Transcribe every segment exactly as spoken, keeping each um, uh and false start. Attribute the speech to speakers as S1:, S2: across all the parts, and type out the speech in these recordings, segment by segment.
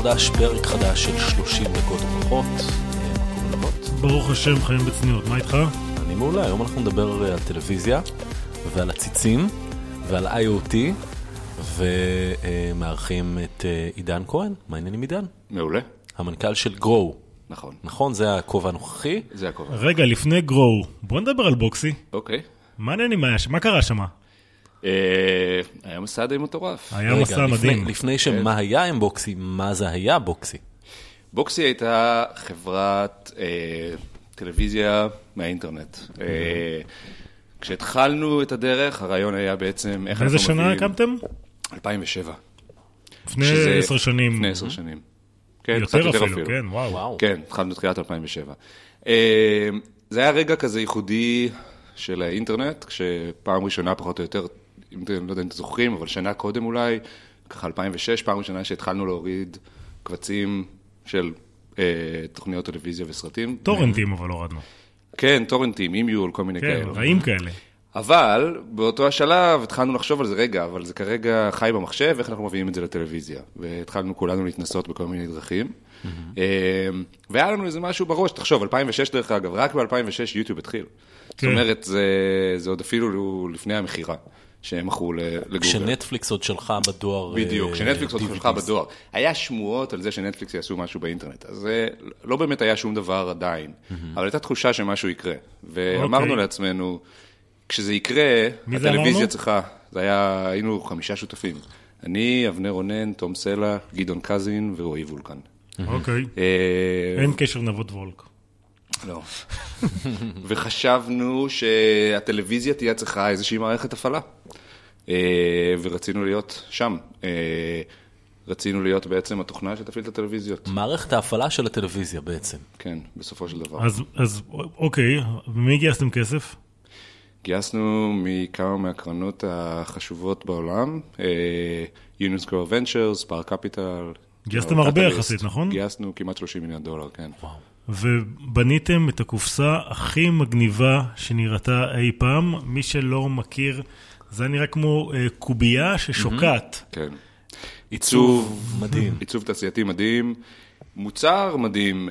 S1: חדש, פרק חדש של שלושים דקות ופחות.
S2: ברוך השם, חיים בצניעות, מה איתך?
S1: אני מעולה, היום אנחנו נדבר על טלוויזיה ועל הציצים ועל איי או טי ומארחים את עידן כהן. מה העניינים עידן?
S3: מעולה.
S1: המנכ"ל של גרו.
S3: נכון.
S1: נכון, זה הכובע הנוכחי?
S3: זה הכובע.
S2: רגע, לפני גרו, בוא נדבר על בוקסי.
S3: אוקיי.
S2: מה העניינים, מה קרה שם?
S3: היה מסע די מטורף.
S2: היה מסע מדהים.
S1: לפני שמה היה עם בוקסי, מה זה היה בוקסי?
S3: בוקסי הייתה חברת טלוויזיה מהאינטרנט. כשהתחלנו את הדרך, הרעיון היה בעצם איך
S2: באיזה שנה הקמתם?
S3: אלפיים ושבע.
S2: לפני עשר שנים.
S3: לפני עשר שנים.
S2: יותר אפילו, כן, וואו.
S3: כן, התחלנו בתחילת אלפיים ושבע. זה היה רגע כזה ייחודי של האינטרנט, כשפעם ראשונה פחות או יותר, אם אתם לא יודעים, אתם זוכרים, אבל שנה קודם אולי, ככה אלפיים ושש, פעם ראשונה שהתחלנו להוריד קבצים של אה, תוכניות טלוויזיה וסרטים.
S2: טורנטים אבל הורדנו.
S3: כן, טורנטים, אימיול, כל מיני
S2: כן,
S3: כאלה.
S2: כן, רעים כאלה.
S3: אבל באותו השלב התחלנו לחשוב על זה רגע, אבל זה כרגע חי במחשב, איך אנחנו מביאים את זה לטלוויזיה. והתחלנו כולנו להתנסות בכל מיני דרכים. Mm-hmm. והיה לנו איזה משהו בראש, תחשוב, אלפיים ושש דרך אגב, רק ב-אלפיים ושש יוטיוב התחיל. כן. זאת אומרת, זה, זה עוד אפילו לפני המחירה. שהם מכרו לגוגל.
S1: כשנטפליקס עוד שלחה בדואר.
S3: בדיוק, כשנטפליקס עוד שלחה בדואר. היה שמועות על זה שנטפליקס יעשו משהו באינטרנט. אז לא באמת היה שום דבר עדיין. אבל הייתה תחושה שמשהו יקרה. ואמרנו לעצמנו, כשזה יקרה, הטלוויזיה צריכה, זה היה, היינו חמישה שותפים. אני, אבנר רונן, תום סלע, גדעון קזין ורועי וולקן.
S2: אוקיי. אין קשר נבות וולק.
S3: לא. וחשבנו שהטלוויזיה תהיה צריכה איזושהי מערכת הפעלה. ורצינו להיות שם. רצינו להיות בעצם התוכנה שתפעיל את הטלוויזיות.
S1: מערכת ההפעלה של הטלוויזיה בעצם.
S3: כן, בסופו של דבר.
S2: אז, אז אוקיי, ומי גייסתם כסף?
S3: גייסנו מכמה מהקרנות החשובות בעולם. Union Square Ventures, Spark Capital.
S2: גייסתם הרבה יחסית, נכון?
S3: גייסנו כמעט שלושים מיליון דולר, כן.
S1: וואו.
S2: ובניתם את הקופסה הכי מגניבה שנראתה אי פעם. מי שלא מכיר, זה נראה כמו קובייה ששוקעת.
S3: כן. עיצוב מדהים. עיצוב תעשייתי מדהים. מוצר מדהים.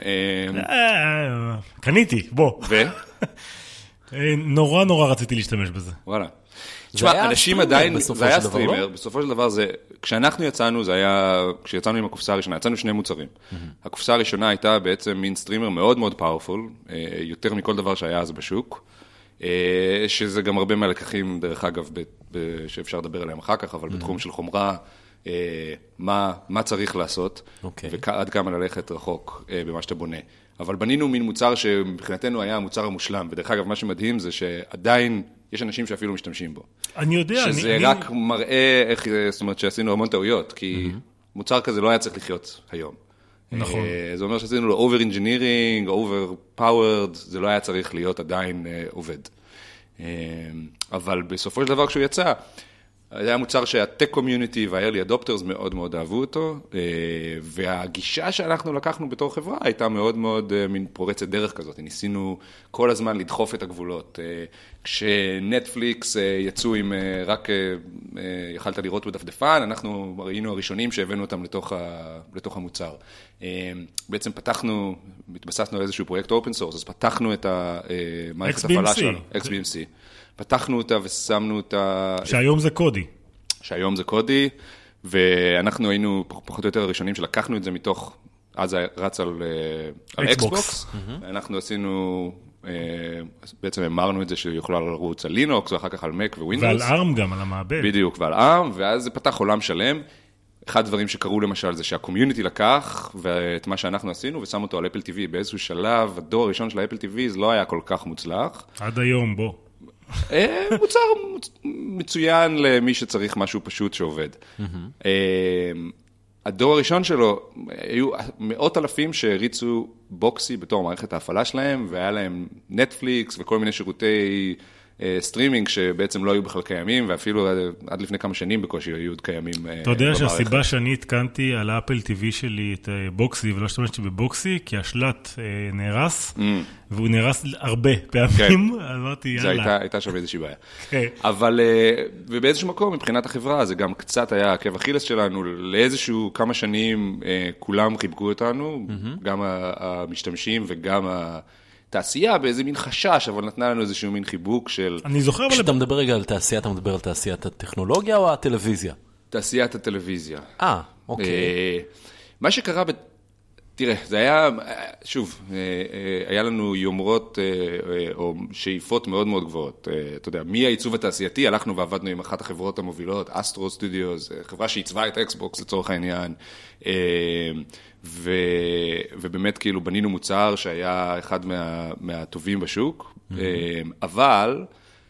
S2: קניתי, בוא.
S3: ו?
S2: נורא נורא רציתי להשתמש בזה.
S3: וואלה. תשמע, אנשים עדיין, זה היה סטרימר, בסופו של דבר זה, כשאנחנו יצאנו, זה היה, כשיצאנו עם הקופסה הראשונה, יצאנו שני מוצרים. הקופסה הראשונה הייתה בעצם מין סטרימר מאוד מאוד פאורפול, יותר מכל דבר שהיה אז בשוק, שזה גם הרבה מהלקחים, דרך אגב, שאפשר לדבר עליהם אחר כך, אבל בתחום של חומרה, מה, מה צריך לעשות, ועד כמה ללכת רחוק במה שאתה בונה. אבל בנינו מין מוצר שמבחינתנו היה המוצר המושלם, ודרך אגב, מה שמדהים זה שעדיין יש אנשים שאפילו משתמשים בו.
S2: אני יודע.
S3: שזה
S2: אני,
S3: רק
S2: אני...
S3: מראה איך, זאת אומרת, שעשינו המון טעויות, כי mm-hmm. מוצר כזה לא היה צריך לחיות היום.
S2: נכון.
S3: זה אומר שעשינו לו over-engineering, over-powered, זה לא היה צריך להיות עדיין עובד. אבל בסופו של דבר כשהוא יצא, היה מוצר שהטק קומיוניטי והארלי אדופטרס מאוד מאוד אהבו אותו, והגישה שאנחנו לקחנו בתור חברה הייתה מאוד מאוד מין פורצת דרך כזאת. ניסינו כל הזמן לדחוף את הגבולות. כשנטפליקס יצאו עם רק יכלת לראות בדפדפן, אנחנו ראינו הראשונים שהבאנו אותם לתוך, לתוך המוצר. בעצם פתחנו, התבססנו על איזשהו פרויקט אופן סורס, אז פתחנו את המערכת הפעלה שלנו, אקס בי אם סי. פתחנו אותה ושמנו אותה...
S2: שהיום זה קודי.
S3: שהיום זה קודי, ואנחנו היינו פחות או יותר הראשונים שלקחנו את זה מתוך, אז זה רץ על אקסבוקס, ואנחנו עשינו, בעצם אמרנו את זה שיוכלו לרוץ על לינוקס, ואחר כך על מק ווינדוס.
S2: ועל ארם גם, על המעבד.
S3: בדיוק, ועל ארם, ואז זה פתח עולם שלם. אחד הדברים שקרו למשל זה שהקומיוניטי לקח, ואת מה שאנחנו עשינו, ושם אותו על אפל טי וי. באיזשהו שלב, הדור הראשון של האפל טי וי זה לא היה כל כך מוצלח.
S2: עד היום, בוא.
S3: מוצר מצוין למי שצריך משהו פשוט שעובד. הדור הראשון שלו, היו מאות אלפים שהריצו בוקסי בתור מערכת ההפעלה שלהם, והיה להם נטפליקס וכל מיני שירותי סטרימינג שבעצם לא היו בכלל קיימים, ואפילו עד לפני כמה שנים בקושי היו עוד קיימים.
S2: אתה יודע שהסיבה שאני התקנתי על האפל טי וי שלי את בוקסי, ולא השתמשתי בבוקסי, כי השלט נהרס, והוא נהרס הרבה פעמים, אמרתי, יאללה.
S3: זה הייתה שם איזושהי בעיה. אבל, ובאיזשהו מקום, מבחינת החברה, זה גם קצת היה עקב אכילס שלנו, לאיזשהו כמה שנים כולם חיבקו אותנו, גם המשתמשים וגם ה... תעשייה באיזה מין חשש, אבל נתנה לנו איזשהו מין חיבוק של...
S2: אני זוכר...
S1: כשאתה מדבר רגע על תעשייה, אתה מדבר על תעשיית הטכנולוגיה או הטלוויזיה?
S3: תעשיית הטלוויזיה.
S1: אה, אוקיי.
S3: מה שקרה, תראה, זה היה, שוב, היה לנו יומרות או שאיפות מאוד מאוד גבוהות. אתה יודע, מהעיצוב התעשייתי, הלכנו ועבדנו עם אחת החברות המובילות, אסטרו סטודיוס, חברה שעיצבה את אקסבוקס לצורך העניין, ו, ובאמת כאילו בנינו מוצר שהיה אחד מה, מהטובים בשוק, mm-hmm. אבל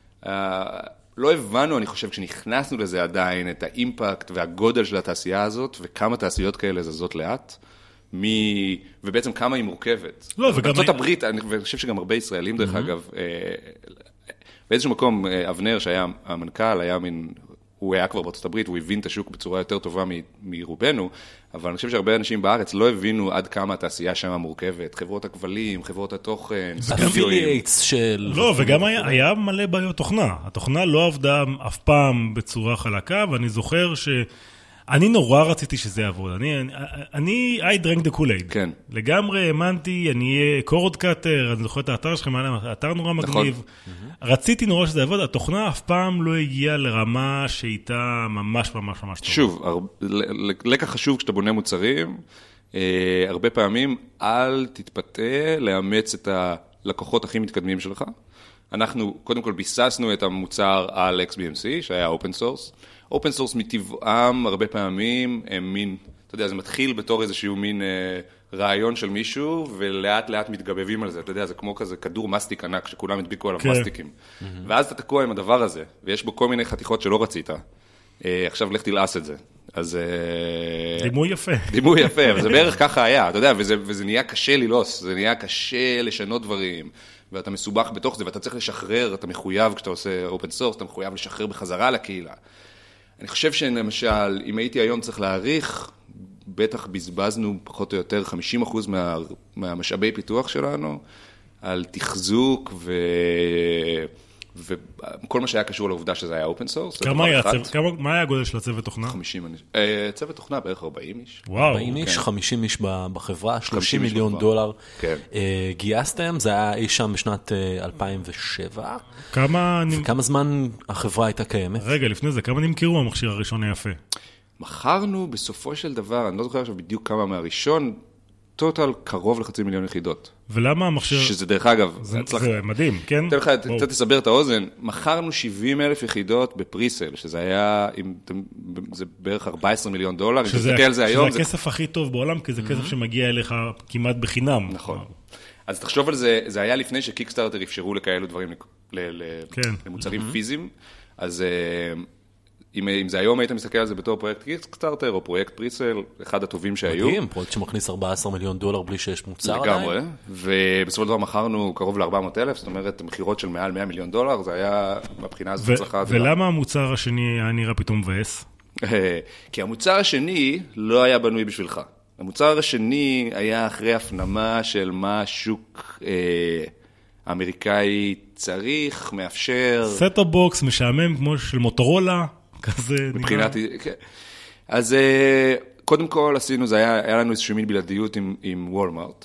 S3: לא הבנו, אני חושב, כשנכנסנו לזה עדיין, את האימפקט והגודל של התעשייה הזאת, וכמה תעשיות כאלה זזות לאט, מ... ובעצם כמה היא מורכבת.
S2: לא, וגם...
S3: בארצות הברית, אני חושב שגם הרבה ישראלים, דרך mm-hmm. אגב, באיזשהו מקום, אבנר, שהיה המנכ"ל, היה מין... הוא היה כבר בארצות הברית, הוא הבין את השוק בצורה יותר טובה מרובנו, אבל אני חושב שהרבה אנשים בארץ לא הבינו עד כמה התעשייה שם מורכבת, חברות הכבלים, חברות התוכן,
S1: אפילייטס של...
S2: לא, וגם היה, היה מלא בעיות תוכנה. התוכנה לא עבדה אף פעם בצורה חלקה, ואני זוכר ש... אני נורא רציתי שזה יעבוד. אני, אני, I drank the Kool-Aid.
S3: כן.
S2: לגמרי האמנתי, אני אהיה קורד קאטר, אני זוכר את האתר שלכם, האתר נורא מגניב. רציתי נורא שזה יעבוד, התוכנה אף פעם לא הגיעה לרמה שהייתה ממש ממש ממש טובה.
S3: שוב, לקח חשוב כשאתה בונה מוצרים, הרבה פעמים אל תתפתה לאמץ את הלקוחות הכי מתקדמים שלך. אנחנו קודם כל ביססנו את המוצר על אקס בי אם סי, שהיה אופן סורס. אופן סורס מטבעם הרבה פעמים הם מין, אתה יודע, זה מתחיל בתור איזשהו מין אה, רעיון של מישהו, ולאט לאט מתגבבים על זה, אתה יודע, זה כמו כזה כדור מסטיק ענק, שכולם הדביקו עליו
S2: כן.
S3: מסטיקים. Mm-hmm. ואז אתה תקוע עם הדבר הזה, ויש בו כל מיני חתיכות שלא רצית. אה, עכשיו לך תלעס את זה. אז... אה,
S2: דימוי יפה.
S3: דימוי יפה, אבל זה בערך ככה היה, אתה יודע, וזה, וזה נהיה קשה ללעוס, זה נהיה קשה לשנות דברים. ואתה מסובך בתוך זה, ואתה צריך לשחרר, אתה מחויב כשאתה עושה אופן סורס, אתה מחויב לשחרר בחזרה לקהילה. אני חושב שלמשל, אם הייתי היום צריך להעריך, בטח בזבזנו פחות או יותר חמישים אחוז מה, מהמשאבי פיתוח שלנו, על תחזוק ו... וכל מה שהיה קשור לעובדה שזה היה אופן סורס.
S2: כמה היה, צו... כמה... מה היה הגודל של הצוות תוכנה?
S3: חמישים איש. צוות תוכנה בערך ארבעים איש.
S2: וואו.
S1: ארבעים איש, כן. חמישים איש בחברה, שלושים מיליון דולר.
S3: כן.
S1: גייסתם, זה היה אי שם בשנת אלפיים ושבע.
S2: כמה...
S1: וכמה זמן החברה הייתה קיימת?
S2: רגע, לפני זה, כמה נמכרו המכשיר הראשון היפה?
S3: מכרנו בסופו של דבר, אני לא זוכר עכשיו בדיוק כמה מהראשון, טוטל קרוב לחצי מיליון יחידות.
S2: ולמה המכשיר...
S3: שזה דרך אגב...
S2: זה, זה מדהים, כן?
S3: תן לך, קצת תסבר את האוזן, מכרנו שבעים אלף יחידות בפריסל, שזה היה, זה בערך ארבעה עשר מיליון דולר,
S2: שזה, שזה זה היום, הכסף זה... הכי טוב בעולם, כי זה mm-hmm. כסף שמגיע אליך כמעט בחינם.
S3: נכון. אז תחשוב על זה, זה היה לפני שקיקסטארטר אפשרו לכאלו דברים ל, ל, כן. למוצרים mm-hmm. פיזיים, אז... אם, אם זה היום היית מסתכל על זה בתור פרויקט קיקסטארטר או פרויקט פריסל, אחד הטובים שהיו.
S1: מדהים, פרויקט שמכניס ארבעה עשר מיליון דולר בלי שיש מוצר עדיין.
S3: לגמרי, ובסופו של דבר מכרנו קרוב ל-ארבע מאות אלף, זאת אומרת, מחירות של מעל מאה מיליון דולר, זה היה מבחינה הזאת הצלחה.
S2: ולמה המוצר השני היה נראה פתאום מבאס?
S3: כי המוצר השני לא היה בנוי בשבילך. המוצר השני היה אחרי הפנמה של מה השוק האמריקאי צריך, מאפשר.
S2: סט-טופ בוקס משעמם כמו של מוטורולה.
S3: מבחינת, אז קודם כל עשינו, זה היה, היה לנו איזושהי מין בלעדיות עם, עם וולמארט.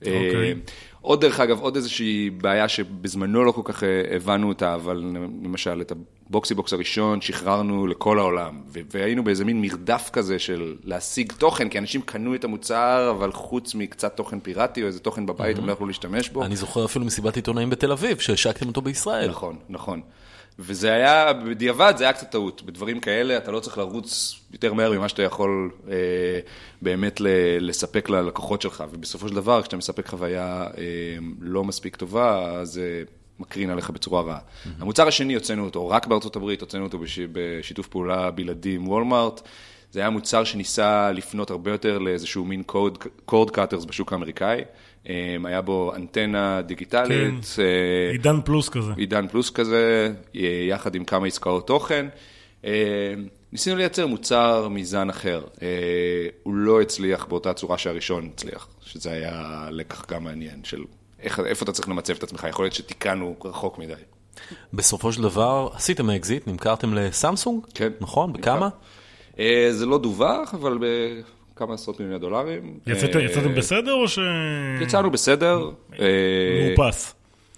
S3: עוד דרך אגב, עוד איזושהי בעיה שבזמנו לא כל כך הבנו אותה, אבל למשל את הבוקסי בוקס הראשון שחררנו לכל העולם, והיינו באיזה מין מרדף כזה של להשיג תוכן, כי אנשים קנו את המוצר, אבל חוץ מקצת תוכן פיראטי או איזה תוכן בבית, הם לא יכלו להשתמש בו.
S1: אני זוכר אפילו מסיבת עיתונאים בתל אביב, שהשקתם אותו בישראל.
S3: נכון, נכון. וזה היה, בדיעבד זה היה קצת טעות. בדברים כאלה אתה לא צריך לרוץ יותר מהר ממה שאתה יכול אה, באמת ל- לספק ללקוחות שלך. ובסופו של דבר, כשאתה מספק חוויה אה, לא מספיק טובה, אז זה אה, מקרין עליך בצורה רעה. Mm-hmm. המוצר השני הוצאנו אותו רק בארצות הברית, הוצאנו אותו בש... בשיתוף פעולה בלעדי עם וולמארט. זה היה מוצר שניסה לפנות הרבה יותר לאיזשהו מין קורד קאטרס בשוק האמריקאי. היה בו אנטנה דיגיטלית.
S2: כן, עידן פלוס כזה.
S3: עידן פלוס כזה, יחד עם כמה עסקאות תוכן. ניסינו לייצר מוצר מזן אחר. הוא לא הצליח באותה צורה שהראשון הצליח, שזה היה לקח גם מעניין של איך, איפה אתה צריך למצב את עצמך. יכול להיות שתיקנו רחוק מדי.
S1: בסופו של דבר, עשיתם אקזיט, נמכרתם לסמסונג?
S3: כן.
S1: נכון? בכמה?
S3: זה לא דווח, אבל בכמה עשרות מיליוני דולרים.
S2: יצאתם בסדר או ש...
S3: יצאנו בסדר.
S2: מאופס.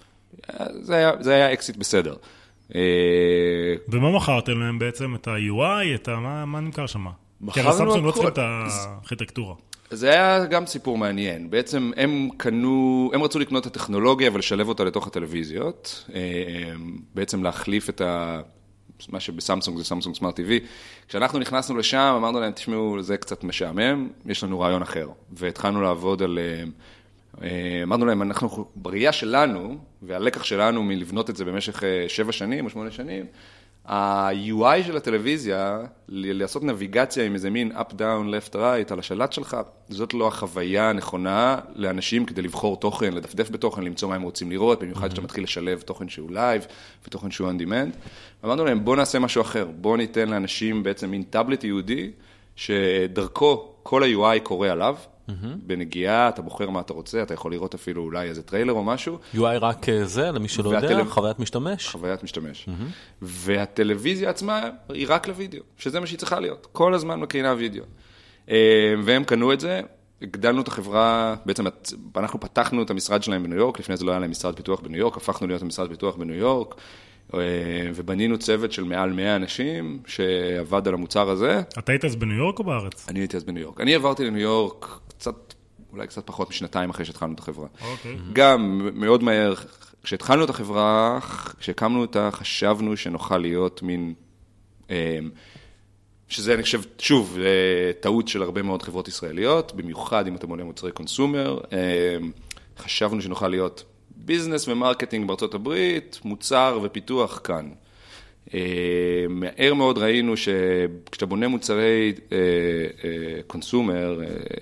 S3: זה היה אקזיט בסדר.
S2: ומה מכרתם להם בעצם? את ה-יו איי? את ה... מה נמכר שם? כי הרי סמסונג לא צריכים את הארכיטקטורה.
S3: זה היה גם סיפור מעניין. בעצם הם קנו, הם רצו לקנות את הטכנולוגיה ולשלב אותה לתוך הטלוויזיות. בעצם להחליף את ה... מה שבסמסונג זה סמסונג סמארט טי וי. כשאנחנו נכנסנו לשם, אמרנו להם, תשמעו, זה קצת משעמם, יש לנו רעיון אחר. והתחלנו לעבוד על... אמרנו להם, אנחנו, בראייה שלנו, והלקח שלנו מלבנות את זה במשך שבע שנים או שמונה שנים, ה-יו איי של הטלוויזיה, לעשות נביגציה עם איזה מין up, down, left, right על השלט שלך, זאת לא החוויה הנכונה לאנשים כדי לבחור תוכן, לדפדף בתוכן, למצוא מה הם רוצים לראות, במיוחד שאתה מתחיל לשלב תוכן שהוא לייב ותוכן שהוא on demand. אמרנו להם, בוא נעשה משהו אחר, בוא ניתן לאנשים בעצם מין טאבלט יהודי, שדרכו כל ה-יו איי קורא עליו, בנגיעה, אתה בוחר מה אתה רוצה, אתה יכול לראות אפילו אולי איזה טריילר או משהו.
S1: יו איי רק זה, למי שלא יודע, חוויית משתמש.
S3: חוויית משתמש. והטלוויזיה עצמה היא רק לוידאו, שזה מה שהיא צריכה להיות. כל הזמן מקרינה וידאו. והם קנו את זה, הגדלנו את החברה, בעצם אנחנו פתחנו את המשרד שלהם בניו יורק, לפני זה לא היה להם משרד פיתוח בניו יורק, הפכנו להיות המשרד פיתוח בניו יורק, ובנינו צוות של מעל מאה אנשים שעבד על המוצר הזה.
S2: אתה היית אז בניו יורק או בארץ?
S3: אני הייתי אז בניו יורק. אני עברתי לניו יורק קצת, אולי קצת פחות משנתיים אחרי שהתחלנו את החברה.
S2: אוקיי.
S3: גם מאוד מהר, כשהתחלנו את החברה, כשהקמנו אותה, חשבנו שנוכל להיות מין, שזה אני חושב, שוב, טעות של הרבה מאוד חברות ישראליות, במיוחד אם אתם בונים מוצרי קונסומר, חשבנו שנוכל להיות ביזנס ומרקטינג בארצות הברית, מוצר ופיתוח כאן. מהר מאוד ראינו שכשאתה בונה מוצרי קונסומר,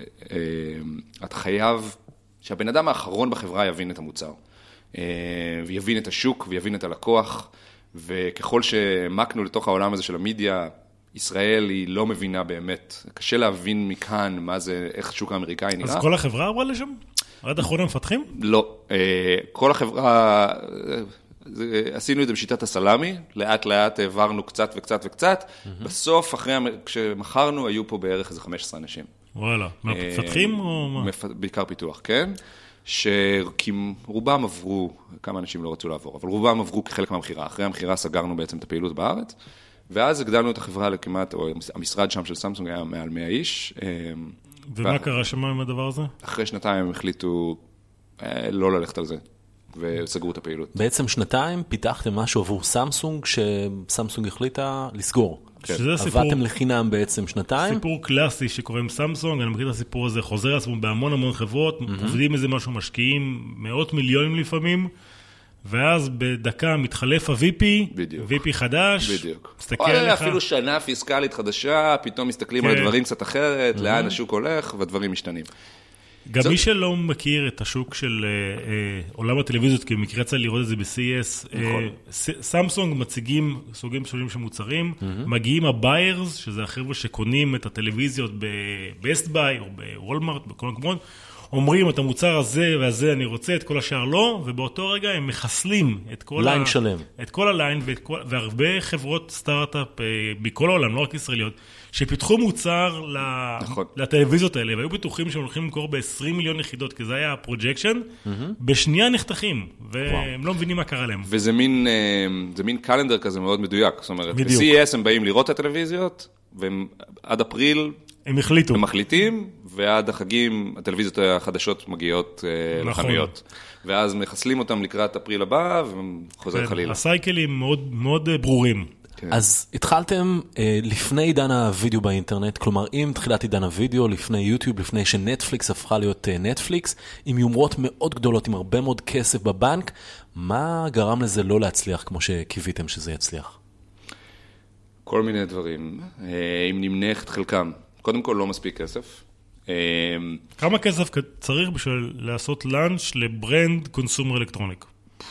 S3: אתה חייב שהבן אדם האחרון בחברה יבין את המוצר, ויבין את השוק, ויבין את הלקוח, וככל שמקנו לתוך העולם הזה של המדיה, ישראל היא לא מבינה באמת. קשה להבין מכאן מה זה, איך השוק האמריקאי נראה.
S2: אז כל החברה עברה לשם? עד אחרון המפתחים?
S3: לא. כל החברה, עשינו את זה בשיטת הסלאמי, לאט לאט העברנו קצת וקצת וקצת, בסוף, אחרי, כשמכרנו, היו פה בערך איזה חמישה עשר אנשים.
S2: וואלה, מפתחים או מה?
S3: בעיקר פיתוח, כן. שרובם עברו, כמה אנשים לא רצו לעבור, אבל רובם עברו כחלק מהמחירה. אחרי המחירה סגרנו בעצם את הפעילות בארץ, ואז הגדלנו את החברה לכמעט, או המשרד שם של סמסונג היה מעל מאה איש.
S2: ומה קרה שם עם הדבר הזה?
S3: אחרי שנתיים הם החליטו לא ללכת על זה, וסגרו את הפעילות.
S1: בעצם שנתיים פיתחתם משהו עבור סמסונג, שסמסונג החליטה לסגור. עבדתם לחינם בעצם שנתיים.
S2: סיפור קלאסי שקורה עם סמסונג, אני מכיר את הסיפור הזה, חוזר עצמו בהמון המון חברות, עובדים איזה משהו, משקיעים מאות מיליונים לפעמים, ואז בדקה מתחלף ה-וי פי, וי פי חדש,
S3: בדיוק.
S2: מסתכל עליך.
S3: אפילו שנה פיסקלית חדשה, פתאום מסתכלים על הדברים קצת אחרת, לאן השוק הולך, והדברים משתנים.
S2: גם מי שלא מכיר את השוק של עולם הטלוויזיות, כי במקרה צריך לראות את זה ב-סי אס, סמסונג מציגים סוגים שונים של מוצרים, מגיעים הביירס, שזה החבר'ה שקונים את הטלוויזיות ב-Best Buy או בוולמארט, בכל מקומות, אומרים את המוצר הזה והזה אני רוצה, את כל השאר לא, ובאותו רגע הם מחסלים את כל
S1: ליין שלם.
S2: את כל הליין, והרבה חברות סטארט-אפ בכל העולם, לא רק ישראליות, שפיתחו מוצר לטלוויזיות האלה, והיו בטוחים שהם הולכים למכור ב-עשרים מיליון יחידות, כי זה היה הפרוג'קשן, בשנייה נחתכים, והם לא מבינים מה קרה להם.
S3: וזה מין, זה מין קלנדר כזה מאוד מדויק, זאת אומרת, ב-סי אס הם באים לראות את הטלוויזיות, ועד אפריל
S2: הם החליטו.
S3: הם מחליטים, ועד החגים הטלוויזיות החדשות מגיעות לחנויות. ואז מחסלים אותם לקראת אפריל הבא, וחוזר חלילה.
S2: הסייקלים מאוד, מאוד ברורים.
S1: אז התחלתם לפני עידן הוידאו באינטרנט, כלומר עם תחילת עידן הוידאו, לפני יוטיוב, לפני שנטפליקס הפכה להיות נטפליקס, עם יומרות מאוד גדולות, עם הרבה מאוד כסף בבנק, מה גרם לזה לא להצליח כמו שקיוויתם שזה יצליח?
S3: כל מיני דברים, אם נמנח את חלקם. קודם כל, לא מספיק כסף.
S2: כמה כסף צריך בשביל לעשות לאנץ' לברנד קונסומר אלקטרוניק?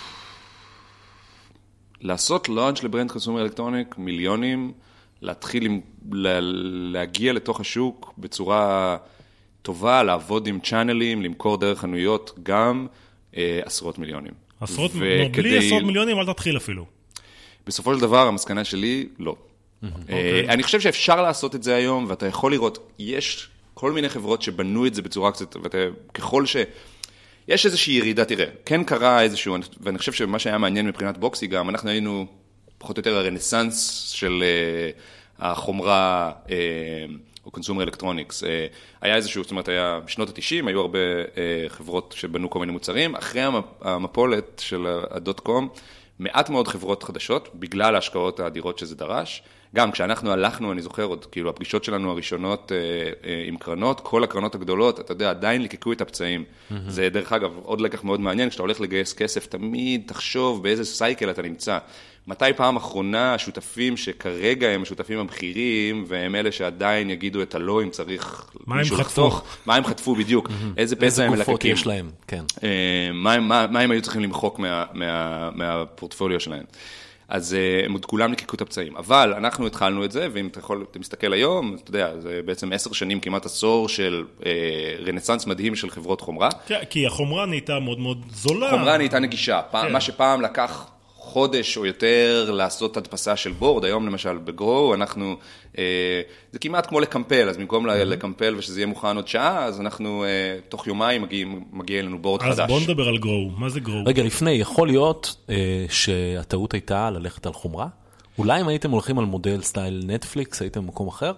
S3: לעשות לאנץ' לברנד קונסומר אלקטרוניק, מיליונים, להתחיל להגיע לתוך השוק בצורה טובה, לעבוד עם צ'אנלים, למכור דרך חנויות, גם עשרות מיליונים.
S2: עשרות, בלי עשרות מיליונים, אל תתחיל אפילו. בסופו
S3: של דבר, המסקנה שלי, לא. אני חושב שאפשר לעשות את זה היום, ואתה יכול לראות, יש כל מיני חברות שבנו את זה בצורה קצת, וככל ש... יש איזושהי ירידה, תראה, כן קרה איזשהו, ואני חושב שמה שהיה מעניין מבחינת בוקסי גם, אנחנו היינו פחות או יותר הרנסנס של החומרה, או קונסומר אלקטרוניקס. היה איזשהו, זאת אומרת, היה בשנות ה-תשעים, היו הרבה חברות שבנו כל מיני מוצרים, אחרי המפולת של הדוט קום, מעט מאוד חברות חדשות, בגלל ההשקעות האדירות שזה דרש. גם כשאנחנו הלכנו, אני זוכר עוד, כאילו הפגישות שלנו הראשונות אה, אה, עם קרנות, כל הקרנות הגדולות, אתה יודע, עדיין ליקקו את הפצעים. Mm-hmm. זה דרך אגב, עוד לקח מאוד מעניין, כשאתה הולך לגייס כסף, תמיד תחשוב באיזה סייקל אתה נמצא. מתי פעם אחרונה השותפים שכרגע הם השותפים הבכירים, והם אלה שעדיין יגידו את הלא אם צריך...
S2: מה הם חטפו?
S3: מה הם חטפו בדיוק, איזה פצע הם מלקקים.
S1: איזה גופות יש להם, כן.
S3: אה, מה, מה, מה הם היו צריכים למחוק מה, מה, מהפורטפוליו שלהם. אז הם עוד כולם לקיקו את הפצעים. אבל אנחנו התחלנו את זה, ואם אתה יכול, אתה מסתכל היום, אתה יודע, זה בעצם עשר שנים, כמעט עשור של אה, רנסנס מדהים של חברות חומרה.
S2: כן, כי החומרה נהייתה מאוד מאוד זולה.
S3: חומרה נהייתה נגישה. פעם, כן. מה שפעם לקח חודש או יותר לעשות הדפסה של בורד, היום למשל בגרו, אנחנו, אה, זה כמעט כמו לקמפל, אז במקום mm-hmm. לקמפל ושזה יהיה מוכן עוד שעה, אז אנחנו אה, תוך יומיים מגיע, מגיע אלינו בורד
S2: אז
S3: חדש.
S2: אז בוא נדבר על גרו, מה זה גרו?
S1: רגע, לפני, יכול להיות אה, שהטעות הייתה ללכת על חומרה? אולי אם הייתם הולכים על מודל סטייל נטפליקס, הייתם במקום אחר?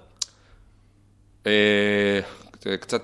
S3: אה... קצת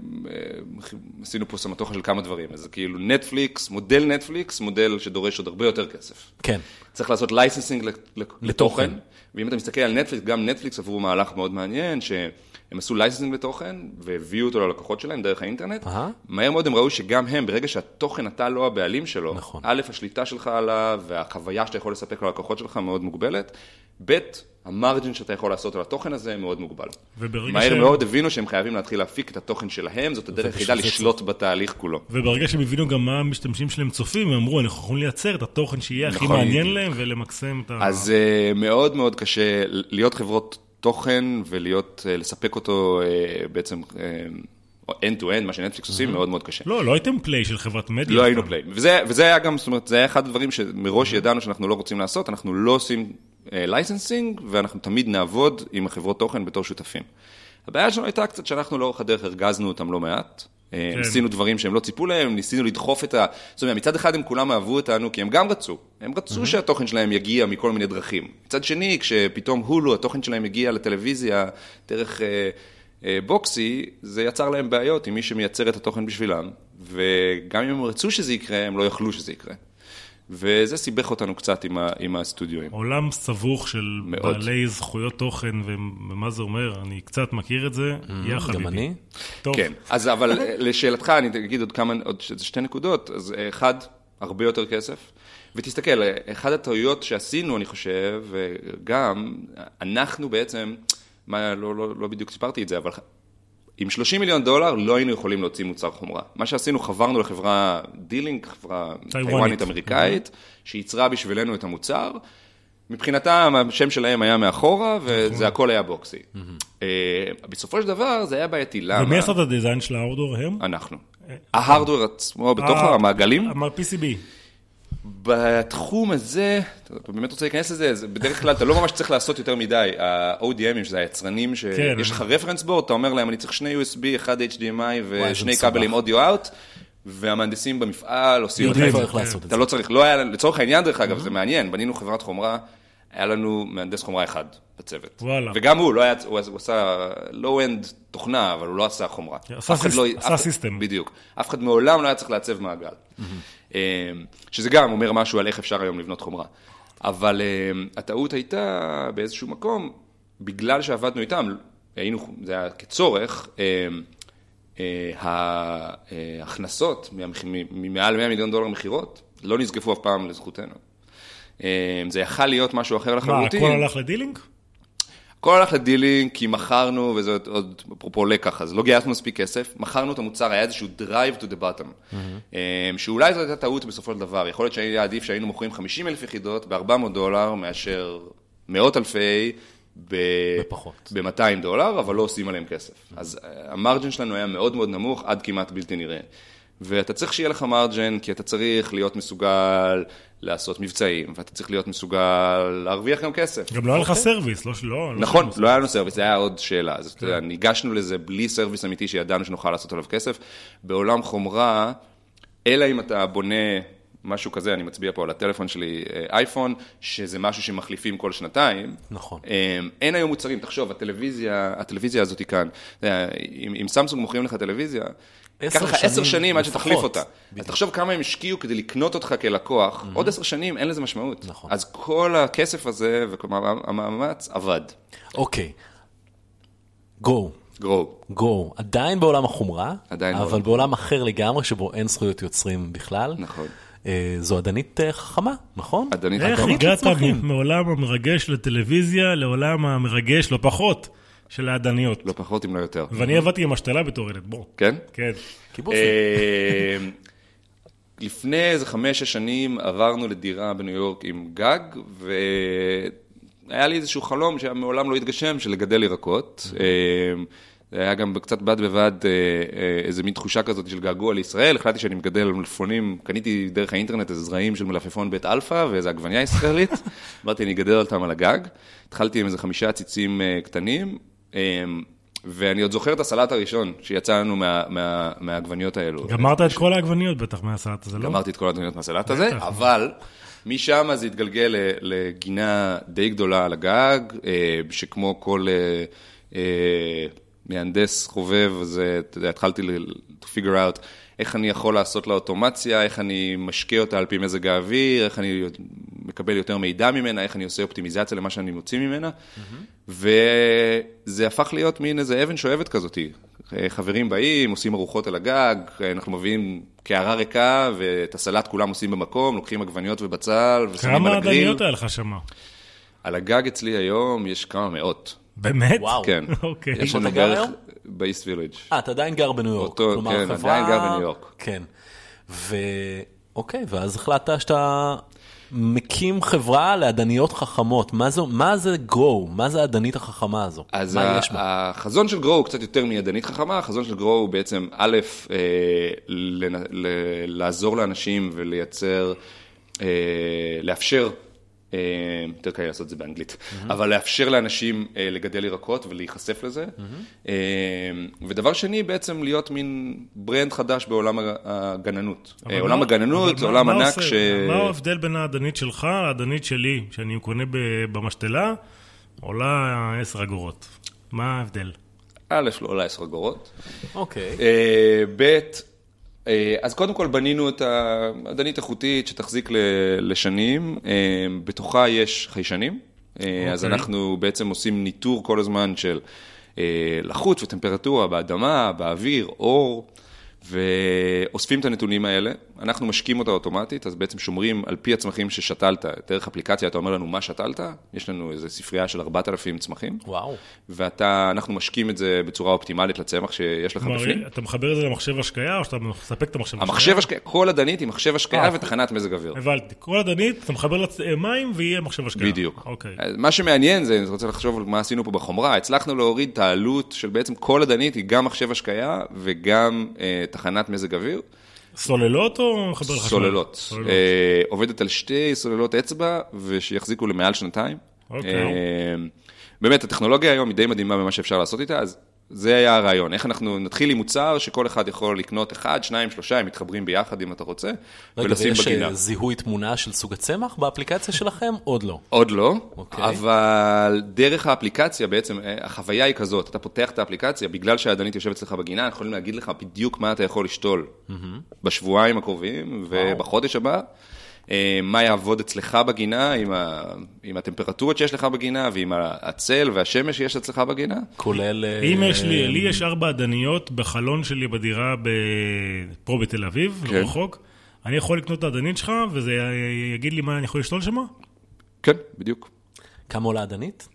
S3: עשינו פה סמטוחה של כמה דברים, אז כאילו נטפליקס, מודל נטפליקס, מודל שדורש עוד הרבה יותר כסף.
S1: כן.
S3: צריך לעשות לייסנסינג לתוכן, ואם אתה מסתכל על נטפליקס, גם נטפליקס עברו מהלך מאוד מעניין, שהם עשו לייסנסינג לתוכן, והביאו אותו ללקוחות שלהם דרך האינטרנט. מהר מאוד הם ראו שגם הם, ברגע שהתוכן אתה לא הבעלים שלו, א', השליטה שלך עליו, והחוויה שאתה יכול לספק ללקוחות שלך מאוד מוגבלת, ב', המרג'ין שאתה יכול לעשות על התוכן הזה מאוד מוגבל. מהר מאוד הבינו שהם חייבים להתחיל להפיק את התוכן שלהם, זאת הדרך היחידה לשלוט בתהליך כולו.
S2: וברגע שהם הבינו גם מה המשתמשים שלהם צופים, הם אמרו, אנחנו יכולים לייצר את התוכן שיהיה הכי מעניין להם ולמקסם את ה...
S3: אז מאוד מאוד קשה להיות חברות תוכן ולהיות, לספק אותו בעצם... end to end, מה שנטפליקס עושים, מאוד מאוד קשה.
S2: לא, לא הייתם פליי של חברת מדיה.
S3: לא היינו פליי. וזה היה גם, זאת אומרת, זה היה אחד הדברים שמראש ידענו שאנחנו לא רוצים לעשות, אנחנו לא עושים לייסנסינג, ואנחנו תמיד נעבוד עם החברות תוכן בתור שותפים. הבעיה שלנו הייתה קצת שאנחנו לאורך הדרך הרגזנו אותם לא מעט, ניסינו דברים שהם לא ציפו להם, ניסינו לדחוף את ה... זאת אומרת, מצד אחד הם כולם אהבו אותנו, כי הם גם רצו. הם רצו שהתוכן שלהם יגיע מכל מיני דרכים. מצד שני, כשפתאום הולו, התוכן שלהם יגיע לטלוויזיה דרך בוקסי, זה יצר להם בעיות עם מי שמייצר את התוכן בשבילם, וגם אם הם רצו שזה יקרה, הם לא יכלו שזה יקרה. וזה סיבך אותנו קצת עם, ה, עם הסטודיואים.
S2: עולם סבוך של מאוד. בעלי זכויות תוכן, ומה זה אומר, אני קצת מכיר את זה, יא חביבי.
S1: גם אני?
S2: טוב.
S3: כן, אז אבל לשאלתך, אני אגיד עוד כמה, עוד שתי נקודות, אז אחד, הרבה יותר כסף, ותסתכל, אחד הטעויות שעשינו, אני חושב, וגם, אנחנו בעצם, מה, לא, לא, לא בדיוק סיפרתי את זה, אבל עם שלושים מיליון דולר לא היינו יכולים להוציא מוצר חומרה. מה שעשינו, חברנו לחברה דילינג, חברה טיוואנית אמריקאית, שייצרה בשבילנו את המוצר. מבחינתם, השם שלהם היה מאחורה, וזה הכל היה בוקסי. בסופו של דבר, זה היה בעייתי. למה?
S2: ומי עשה את הדיזיין של ההארדוור הם?
S3: אנחנו. ההארדוור עצמו, בתוך המעגלים.
S2: ה-פי סי בי.
S3: בתחום הזה, אתה באמת רוצה להיכנס לזה, בדרך כלל אתה לא ממש צריך לעשות יותר מדי, ה-או די אמים, שזה היצרנים, שיש לך רפרנס בורד, אתה אומר להם, אני צריך שני יו אס בי, אחד אייץ' די אם איי ושני כבלים אודיו אאוט, והמהנדסים במפעל עושים... אתה לא צריך, לא היה, לצורך העניין דרך אגב, זה מעניין, בנינו חברת חומרה, היה לנו מהנדס חומרה אחד בצוות. וגם הוא, הוא עשה לואו-אנד תוכנה, אבל הוא לא עשה חומרה.
S2: עשה סיסטם.
S3: בדיוק. אף אחד מעולם לא היה צריך לעצב מעגל. שזה גם אומר משהו על איך אפשר היום לבנות חומרה. אבל הטעות הייתה באיזשהו מקום, בגלל שעבדנו איתם, היינו, זה היה כצורך, ההכנסות ממעל מאה מיליון דולר מחירות, לא נזקפו אף פעם לזכותנו. זה יכל להיות משהו אחר לחלוטין.
S2: מה, הכל הלך לדילינג?
S3: הכל הלך לדילינג, כי מכרנו, וזה עוד, עוד אפרופו לקח, אז לא גייסנו מספיק כסף, מכרנו את המוצר, היה איזשהו drive to the bottom, mm-hmm. שאולי זו הייתה טעות בסופו של דבר, יכול להיות שהיה עדיף שהיינו מוכרים חמישים אלף יחידות ב-ארבע מאות דולר, מאשר מאות אלפי ב-מאתיים דולר, אבל לא עושים עליהם כסף. אז המרג'ן שלנו היה מאוד מאוד נמוך, עד כמעט בלתי נראה. ואתה צריך שיהיה לך מרג'ן, כי אתה צריך להיות מסוגל לעשות מבצעים, ואתה צריך להיות מסוגל להרוויח גם כסף.
S2: גם לא היה לך סרוויס, לא שלא.
S3: נכון, לא היה לנו סרוויס, זה היה עוד שאלה. אז ניגשנו לזה בלי סרוויס אמיתי שידענו שנוכל לעשות עליו כסף. בעולם חומרה, אלא אם אתה בונה משהו כזה, אני מצביע פה על הטלפון שלי, אייפון, שזה משהו שמחליפים כל שנתיים.
S1: נכון.
S3: אין היום מוצרים, תחשוב, הטלוויזיה, הטלוויזיה הזאת היא כאן. אם סמסונג מוכרים לך טלוויזיה, קח לך עשר שנים עד שתחליף אותה. אז תחשוב כמה הם השקיעו כדי לקנות אותך כלקוח, עוד עשר שנים אין לזה משמעות. אז כל הכסף הזה והמאמץ עבד.
S1: אוקיי. גו.
S3: גרו.
S1: גו. עדיין בעולם החומרה,
S3: עדיין
S1: אבל בעולם אחר לגמרי, שבו אין זכויות יוצרים בכלל.
S3: נכון.
S1: זו עדנית חכמה, נכון?
S3: עדנית
S2: איך הגעת מעולם המרגש לטלוויזיה, לעולם המרגש לא פחות של העדניות?
S3: לא פחות אם לא יותר.
S2: ואני עבדתי עם השתלה בתור ילד, בוא.
S3: כן?
S2: כן.
S1: קיבוצי.
S3: לפני איזה חמש, שש שנים עברנו לדירה בניו יורק עם גג, והיה לי איזשהו חלום שמעולם לא התגשם, של לגדל ירקות. זה היה גם קצת בד בבד איזו מין תחושה כזאת של געגוע לישראל. החלטתי שאני מגדל מלפפונים, קניתי דרך האינטרנט איזה זרעים של מלפפון בית אלפא, ואיזו עגבניה ישראלית. אמרתי, אני אגדל אותם על הגג. התחלתי עם איזה חמישה ציצים קטנים, ואני עוד זוכר את הסלט הראשון שיצא לנו מהעגבניות האלו.
S2: גמרת את כל העגבניות בטח מהסלט הזה, לא?
S3: גמרתי את כל העגבניות מהסלט הזה, אבל משם זה התגלגל לגינה די גדולה על הגג, שכמו כל מהנדס חובב, אז התחלתי to figure out איך אני יכול לעשות לה אוטומציה, איך אני משקה אותה על פי מזג האוויר, איך אני מקבל יותר מידע ממנה, איך אני עושה אופטימיזציה למה שאני מוציא ממנה, וזה הפך להיות מין איזה אבן שואבת כזאת. חברים באים, עושים ארוחות על הגג, אנחנו מביאים קערה ריקה, ואת הסלט כולם עושים במקום, לוקחים עגבניות ובצל, ושמים על הגריל.
S2: כמה עדניות היה לך שמה?
S3: על הגג אצלי היום יש כמה מאות.
S2: באמת?
S1: וואו.
S3: כן.
S2: אוקיי.
S3: יש לנו בערך באיסט וילג'.
S1: אה, אתה עדיין גר בניו יורק.
S3: אותו, כן, עדיין גר בניו יורק.
S1: כן. ואוקיי, ואז החלטת שאתה מקים חברה לעדניות חכמות. מה זה, מה זה גרו? מה זה העדנית החכמה הזו?
S3: אז
S1: מה יש בה?
S3: החזון של גרו הוא קצת יותר מעדנית חכמה. החזון של גרו הוא בעצם, א', לעזור לאנשים ולייצר, לאפשר, יותר קל לעשות את זה באנגלית, אבל לאפשר לאנשים לגדל ירקות ולהיחשף לזה. ודבר שני, בעצם להיות מין ברנד חדש בעולם הגננות. עולם הגננות זה עולם ענק ש...
S2: מה ההבדל בין העדנית שלך, העדנית שלי, שאני קונה במשתלה, עולה עשר אגורות? מה ההבדל?
S3: א', לא עולה עשר אגורות.
S1: אוקיי.
S3: ב', אז קודם כל בנינו את העדנית איכותית שתחזיק לשנים, בתוכה יש חיישנים, אז אנחנו בעצם עושים ניטור כל הזמן של לחות וטמפרטורה באדמה, באוויר, אור, ואוספים את הנתונים האלה, אנחנו משקים אותה אוטומטית, אז בעצם שומרים על פי הצמחים ששתלת, דרך אפליקציה, אתה אומר לנו מה שתלת, יש לנו איזו ספרייה של ארבעת אלפים צמחים,
S1: וואו.
S3: ואנחנו משקים את זה בצורה אופטימלית לצמח שיש לך בפנים.
S2: אתה מחבר את זה למחשב השקיה, או שאתה מספק את המחשב השקיה?
S3: המחשב השקיה, כל עדנית היא מחשב השקיה ותחנת מזג אוויר.
S2: הבנתי, כל עדנית, אתה מחבר למים ויהיה מחשב השקיה.
S3: בדיוק.
S2: אוקיי.
S3: מה שמעניין זה, אני רוצה לחשוב על מה עשינו פה בחומרה, הצלחנו להוריד את העלות של בעצם כל עדנית היא גם מחשב השקיה וגם תחנת מזג אוויר.
S2: סוללות או מחבר לחשמל?
S3: סוללות. עובדת על שתי סוללות אצבע ושיחזיקו למעל שנתיים.
S2: אוקיי.
S3: באמת, הטכנולוגיה היום היא די מדהימה במה שאפשר לעשות איתה, אז זה היה הרעיון. איך אנחנו נתחיל עם מוצר שכל אחד יכול לקנות אחד, שניים, שלושה, הם מתחברים ביחד אם אתה רוצה, ולשים בגינה.
S1: רגע, ויש זיהוי תמונה של סוג הצמח באפליקציה שלכם? עוד לא.
S3: עוד לא, אבל דרך האפליקציה בעצם, החוויה היא כזאת, אתה פותח את האפליקציה, בגלל שהעדנית יושבת אצלך בגינה, אנחנו יכולים להגיד לך בדיוק מה אתה יכול לשתול בשבועיים הקרובים ובחודש הבא. מה יעבוד אצלך בגינה, עם, ה... עם הטמפרטורות שיש לך בגינה, ועם הצל והשמש שיש אצלך בגינה.
S1: כולל...
S2: אם יש לי, לי יש ארבע עדניות בחלון שלי בדירה פה בתל אביב, כן. לא רחוק. אני יכול לקנות את העדנית שלך, וזה יגיד לי מה אני יכול לשתול שמה?
S3: כן, בדיוק.
S1: כמה עולה עדנית?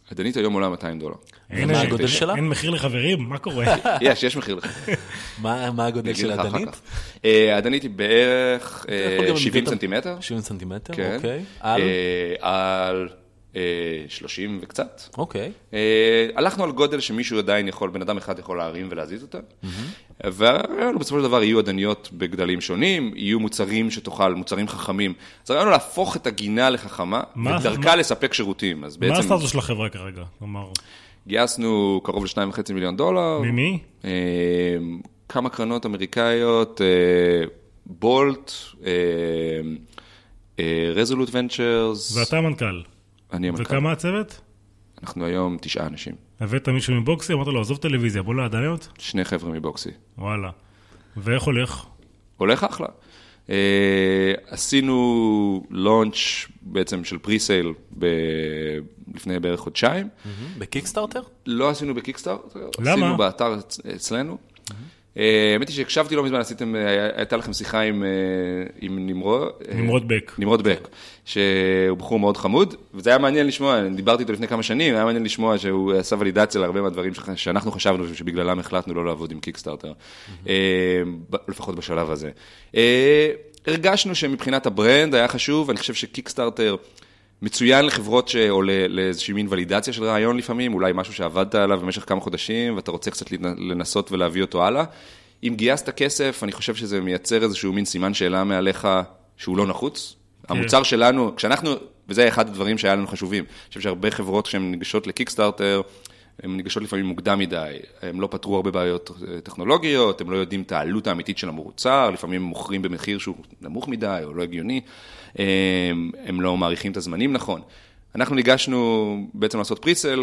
S3: עדנית היום עולה מאתיים דולר.
S1: מה הגודל שלה?
S2: אין מחיר לחברים? מה קורה?
S3: יש, יש מחיר לחברים.
S1: מה הגודל של עדנית?
S3: עדנית היא בערך שבעים סנטימטר.
S1: שבעים סנטימטר,
S3: כן.
S1: אוקיי. על?
S3: על שלושים וקצת.
S1: אוקיי.
S3: הלכנו על גודל שמישהו עדיין יכול, בן אדם אחד יכול להרים ולהזיז אותה. והרעיון בסופו של דבר יהיו עדניות בגדלים שונים, יהיו מוצרים שתוכל, מוצרים חכמים. אז הרעיון הוא להפוך את הגינה לחכמה, ודרכה לספק שירותים.
S2: מה הסטטוס של החברה כרגע?
S3: גייסנו קרוב לשניים וחצי מיליון דולר.
S2: ממי?
S3: כמה קרנות אמריקאיות, בולט, רזולוט ונצ'רס.
S2: ואתה המנכ"ל.
S3: אני המנכ"ל.
S2: וכמה הצוות?
S3: אנחנו היום תשעה אנשים.
S2: הבאת מישהו מבוקסי, אמרת לו, עזוב טלוויזיה, בוא לעדניות?
S3: שני חבר'ה מבוקסי.
S2: וואלה. ואיך הולך?
S3: הולך אחלה. אה, עשינו לונץ' בעצם של פרי-סייל ב... לפני בערך חודשיים.
S1: בקיקסטארטר?
S3: לא עשינו בקיקסטארטר.
S2: למה?
S3: עשינו באתר אצלנו. האמת היא שהקשבתי לא מזמן, עשיתם, הייתה לכם שיחה עם, עם נמרוד.
S2: נמרוד בק.
S3: נמרוד בק, שהוא בחור מאוד חמוד, וזה היה מעניין לשמוע, דיברתי איתו לפני כמה שנים, היה מעניין לשמוע שהוא עשה ולידציה להרבה מהדברים שאנחנו חשבנו, שבגללם החלטנו לא לעבוד עם קיקסטארטר, לפחות בשלב הזה. הרגשנו שמבחינת הברנד היה חשוב, אני חושב שקיקסטארטר מצוין לחברות או לאיזושהי מין ולידציה של רעיון לפעמים, אולי משהו שעבדת עליו במשך כמה חודשים, ואתה רוצה קצת לנסות ולהביא אותו הלאה. אם גייסת כסף, אני חושב שזה מייצר איזשהו מין סימן שאלה מעליך שהוא לא נחוץ. המוצר שלנו, כשאנחנו, וזה אחד הדברים שהיה לנו חשובים, אני חושב שהרבה חברות שהן ניגשות לקיקסטארטר, הן ניגשות לפעמים מוקדם מדי, הם לא פתרו הרבה בעיות טכנולוגיות, הם לא יודעים את העלות האמיתית של המוצר, לפעמים הם מוכרים במחיר שהוא נמוך מדי או לא הגיוני, הם לא מעריכים את הזמנים נכון. אנחנו ניגשנו בעצם לעשות פריסל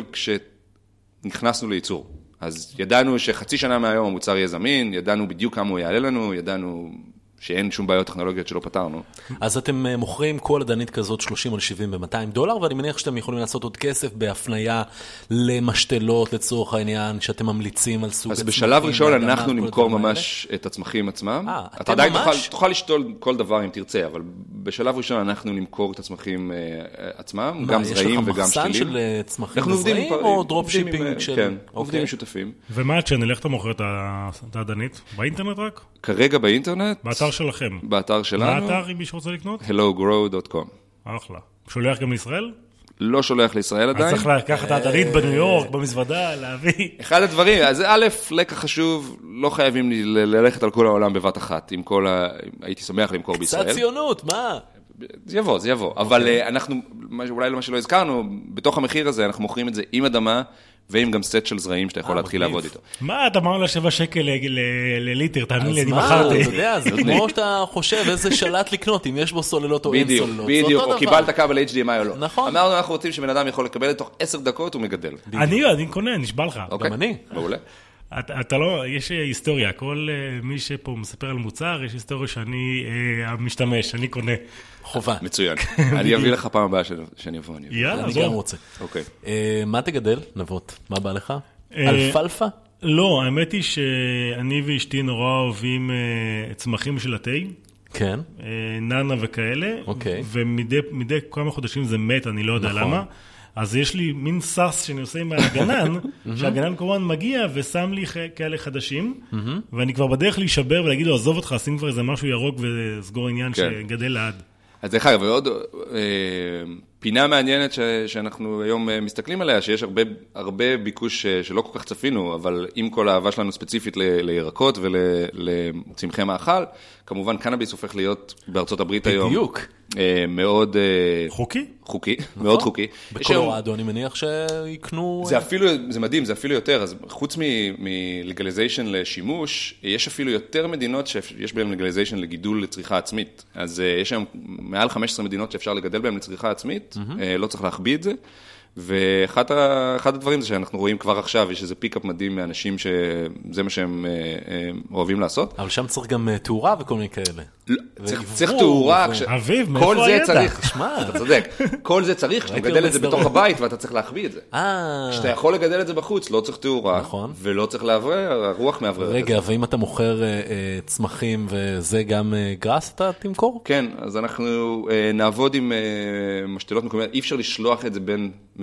S3: כשנכנסנו לייצור. אז ידענו שחצי שנה מהיום המוצר יהיה זמין, ידענו בדיוק כמה הוא יעלה לנו, ידענו שאין שום בעיות טכנולוגיות שלא פתרנו.
S1: אז אתם מוכרים כל עדנית כזאת שלושים על שבעים ב-מאתיים דולר, ואני מניח שאתם יכולים לעשות עוד כסף בהפניה למשתלות לצורך העניין, שאתם ממליצים על סוג
S3: אז
S1: הצמחים.
S3: בשלב ראשון אנחנו נמכור ממש את הצמחים עצמם.
S1: אה,
S3: אתה
S1: אתם
S3: עדיין
S1: ממש?
S3: תוכל, תוכל לשתול כל דבר אם תרצה, אבל בשלב ראשון אנחנו נמכור את הצמחים עצמם, גם זרעים וגם
S1: יש לך מחסן
S3: שתילים.
S1: של צמחים וזרעים או דרופ שיפינג של...
S3: כן, עובדים משותפים.
S2: ומה הצ'אנל, איך אתה מוכר את העדנית? באינטרנט רק?
S3: כרגע באינטרנט.
S2: באתר שלכם.
S3: באתר שלנו.
S2: מה האתר אם מישהו רוצה לקנות?
S3: הלו גרו דוט קום.
S2: אחלה. שולח גם לישראל?
S3: לא שולח לישראל עדיין.
S2: אז צריך לקחת את העדנית בניו יורק, במזוודה, להביא.
S3: אחד הדברים, אז א', לקח חשוב, לא חייבים ללכת על כל העולם בבת אחת, עם כל ה... הייתי שמח למכור בישראל.
S1: קצת ציונות, מה?
S3: זה יבוא, זה יבוא. אבל אנחנו, אולי למה שלא הזכרנו, בתוך המחיר הזה אנחנו מוכרים את זה עם אדמה, ועם גם סט של זרעים שאתה יכול להתחיל לעבוד איתו.
S2: מה, אתה אמר לה שבע שקל לליטר, תאמין לי, אני
S1: אז מה,
S2: מכרתי.
S1: אתה יודע, זה כמו שאתה חושב איזה שלט לקנות, אם יש בו סוללות או אין סוללות.
S3: בדיוק, או קיבלת כבל אייץ' די אם איי או לא.
S1: נכון.
S3: אמרנו, אנחנו רוצים שבן אדם יכול לקבל לתוך עשר דקות, הוא מגדל.
S2: אני, אני קונה, נשבע לך.
S1: גם אני.
S3: מעולה.
S2: אתה לא, יש היסטוריה, כל מי שפה מספר על מוצר, יש היסטוריה שאני המשתמש, אני קונה.
S1: חובה.
S3: מצוין. אני אביא לך פעם הבאה שאני אבוא.
S2: יאללה,
S1: אני
S2: בוא.
S1: גם רוצה.
S3: אוקיי.
S1: מה תגדל, נבות? מה בא לך? אלפלפה?
S2: לא, האמת היא שאני ואשתי נורא אוהבים צמחים של התה.
S1: כן.
S2: ננה וכאלה.
S1: אוקיי.
S2: ומדי כמה חודשים זה מת, אני לא יודע למה. אז יש לי מין סס שאני עושה עם הגנן, שהגנן כמובן מגיע ושם לי כאלה חדשים, ואני כבר בדרך להישבר ולהגיד לו, עזוב אותך, שים כבר איזה משהו ירוק וסגור עניין שגדל לעד.
S3: אז דרך אגב, ועוד פינה מעניינת שאנחנו היום מסתכלים עליה, שיש הרבה, הרבה ביקוש שלא כל כך צפינו, אבל עם כל האהבה שלנו ספציפית לירקות ולצמחי מאכל, כמובן קנאביס הופך להיות בארצות הברית היום.
S1: בדיוק.
S3: מאוד...
S2: חוקי?
S3: חוקי, מאוד חוקי.
S1: בקולורדו אני מניח שיקנו...
S3: זה אפילו, זה מדהים, זה אפילו יותר, אז חוץ מלגליזיישן לשימוש, יש אפילו יותר מדינות שיש בהן לגליזיישן לגידול לצריכה עצמית. אז יש היום מעל חמש עשרה מדינות שאפשר לגדל בהן לצריכה עצמית, לא צריך להחביא את זה. ואחד הדברים זה שאנחנו רואים כבר עכשיו, יש איזה פיק-אפ מדהים מאנשים שזה מה שהם אוהבים לעשות.
S1: אבל שם צריך גם תאורה וכל מיני כאלה.
S3: צריך תאורה.
S2: אביב, מאיפה הידע?
S3: אתה צודק. כל זה צריך, כשאתה מגדל את זה בתוך הבית ואתה צריך להחביא את זה. כשאתה יכול לגדל את זה בחוץ, לא צריך תאורה, ולא צריך להברר, הרוח מאווררת.
S1: רגע, ואם אתה מוכר צמחים וזה גם גרס, אתה תמכור?
S3: כן, אז אנחנו נעבוד עם משתלות מקומיות, אי אפשר לשלוח את זה בין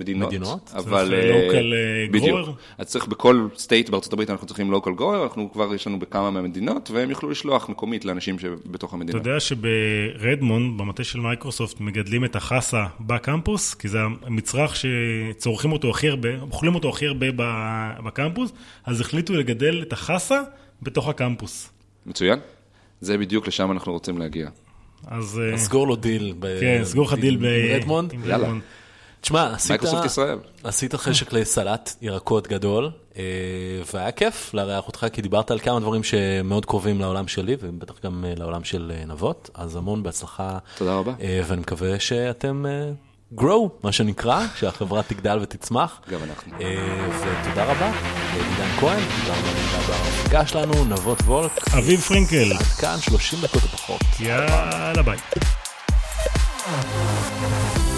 S3: מדינות.
S1: מדינות?
S3: אבל...
S2: לוקל גרוור?
S3: בדיוק. אז צריך בכל סטייט בארצות הברית אנחנו צריכים לוקל גרוור, אנחנו כבר יש לנו בכמה מהמדינות, והם יוכלו לשלוח מקומית לאנשים שבתוך המדינה.
S2: אתה יודע שברדמונד, במטה של מייקרוסופט, מגדלים את החסה בקמפוס, כי זה המצרך שצורכים אותו הכי הרבה, אוכלים אותו הכי הרבה בקמפוס, אז החליטו לגדל את החסה בתוך הקמפוס.
S3: מצוין. זה בדיוק לשם אנחנו רוצים להגיע.
S2: אז...
S1: סגור לו דיל.
S2: כן, סגור לך דיל
S1: ברדמונד.
S3: יאללה.
S1: תשמע,
S3: מייקרוסופט ישראל.
S1: עשית חשק לסלט ירקות גדול, והיה כיף לארח אותך, כי דיברת על כמה דברים שמאוד קרובים לעולם שלי, ובטח גם לעולם של נבות, אז המון בהצלחה.
S3: תודה רבה.
S1: ואני מקווה שאתם grow, מה שנקרא, שהחברה תגדל ותצמח.
S3: גם אנחנו.
S1: ותודה רבה, עידן כהן, תודה רבה בהפגה שלנו, נבות וולק.
S2: אביב פרינקל.
S1: עד כאן, שלושים דקות או פחות.
S2: יאללה ביי.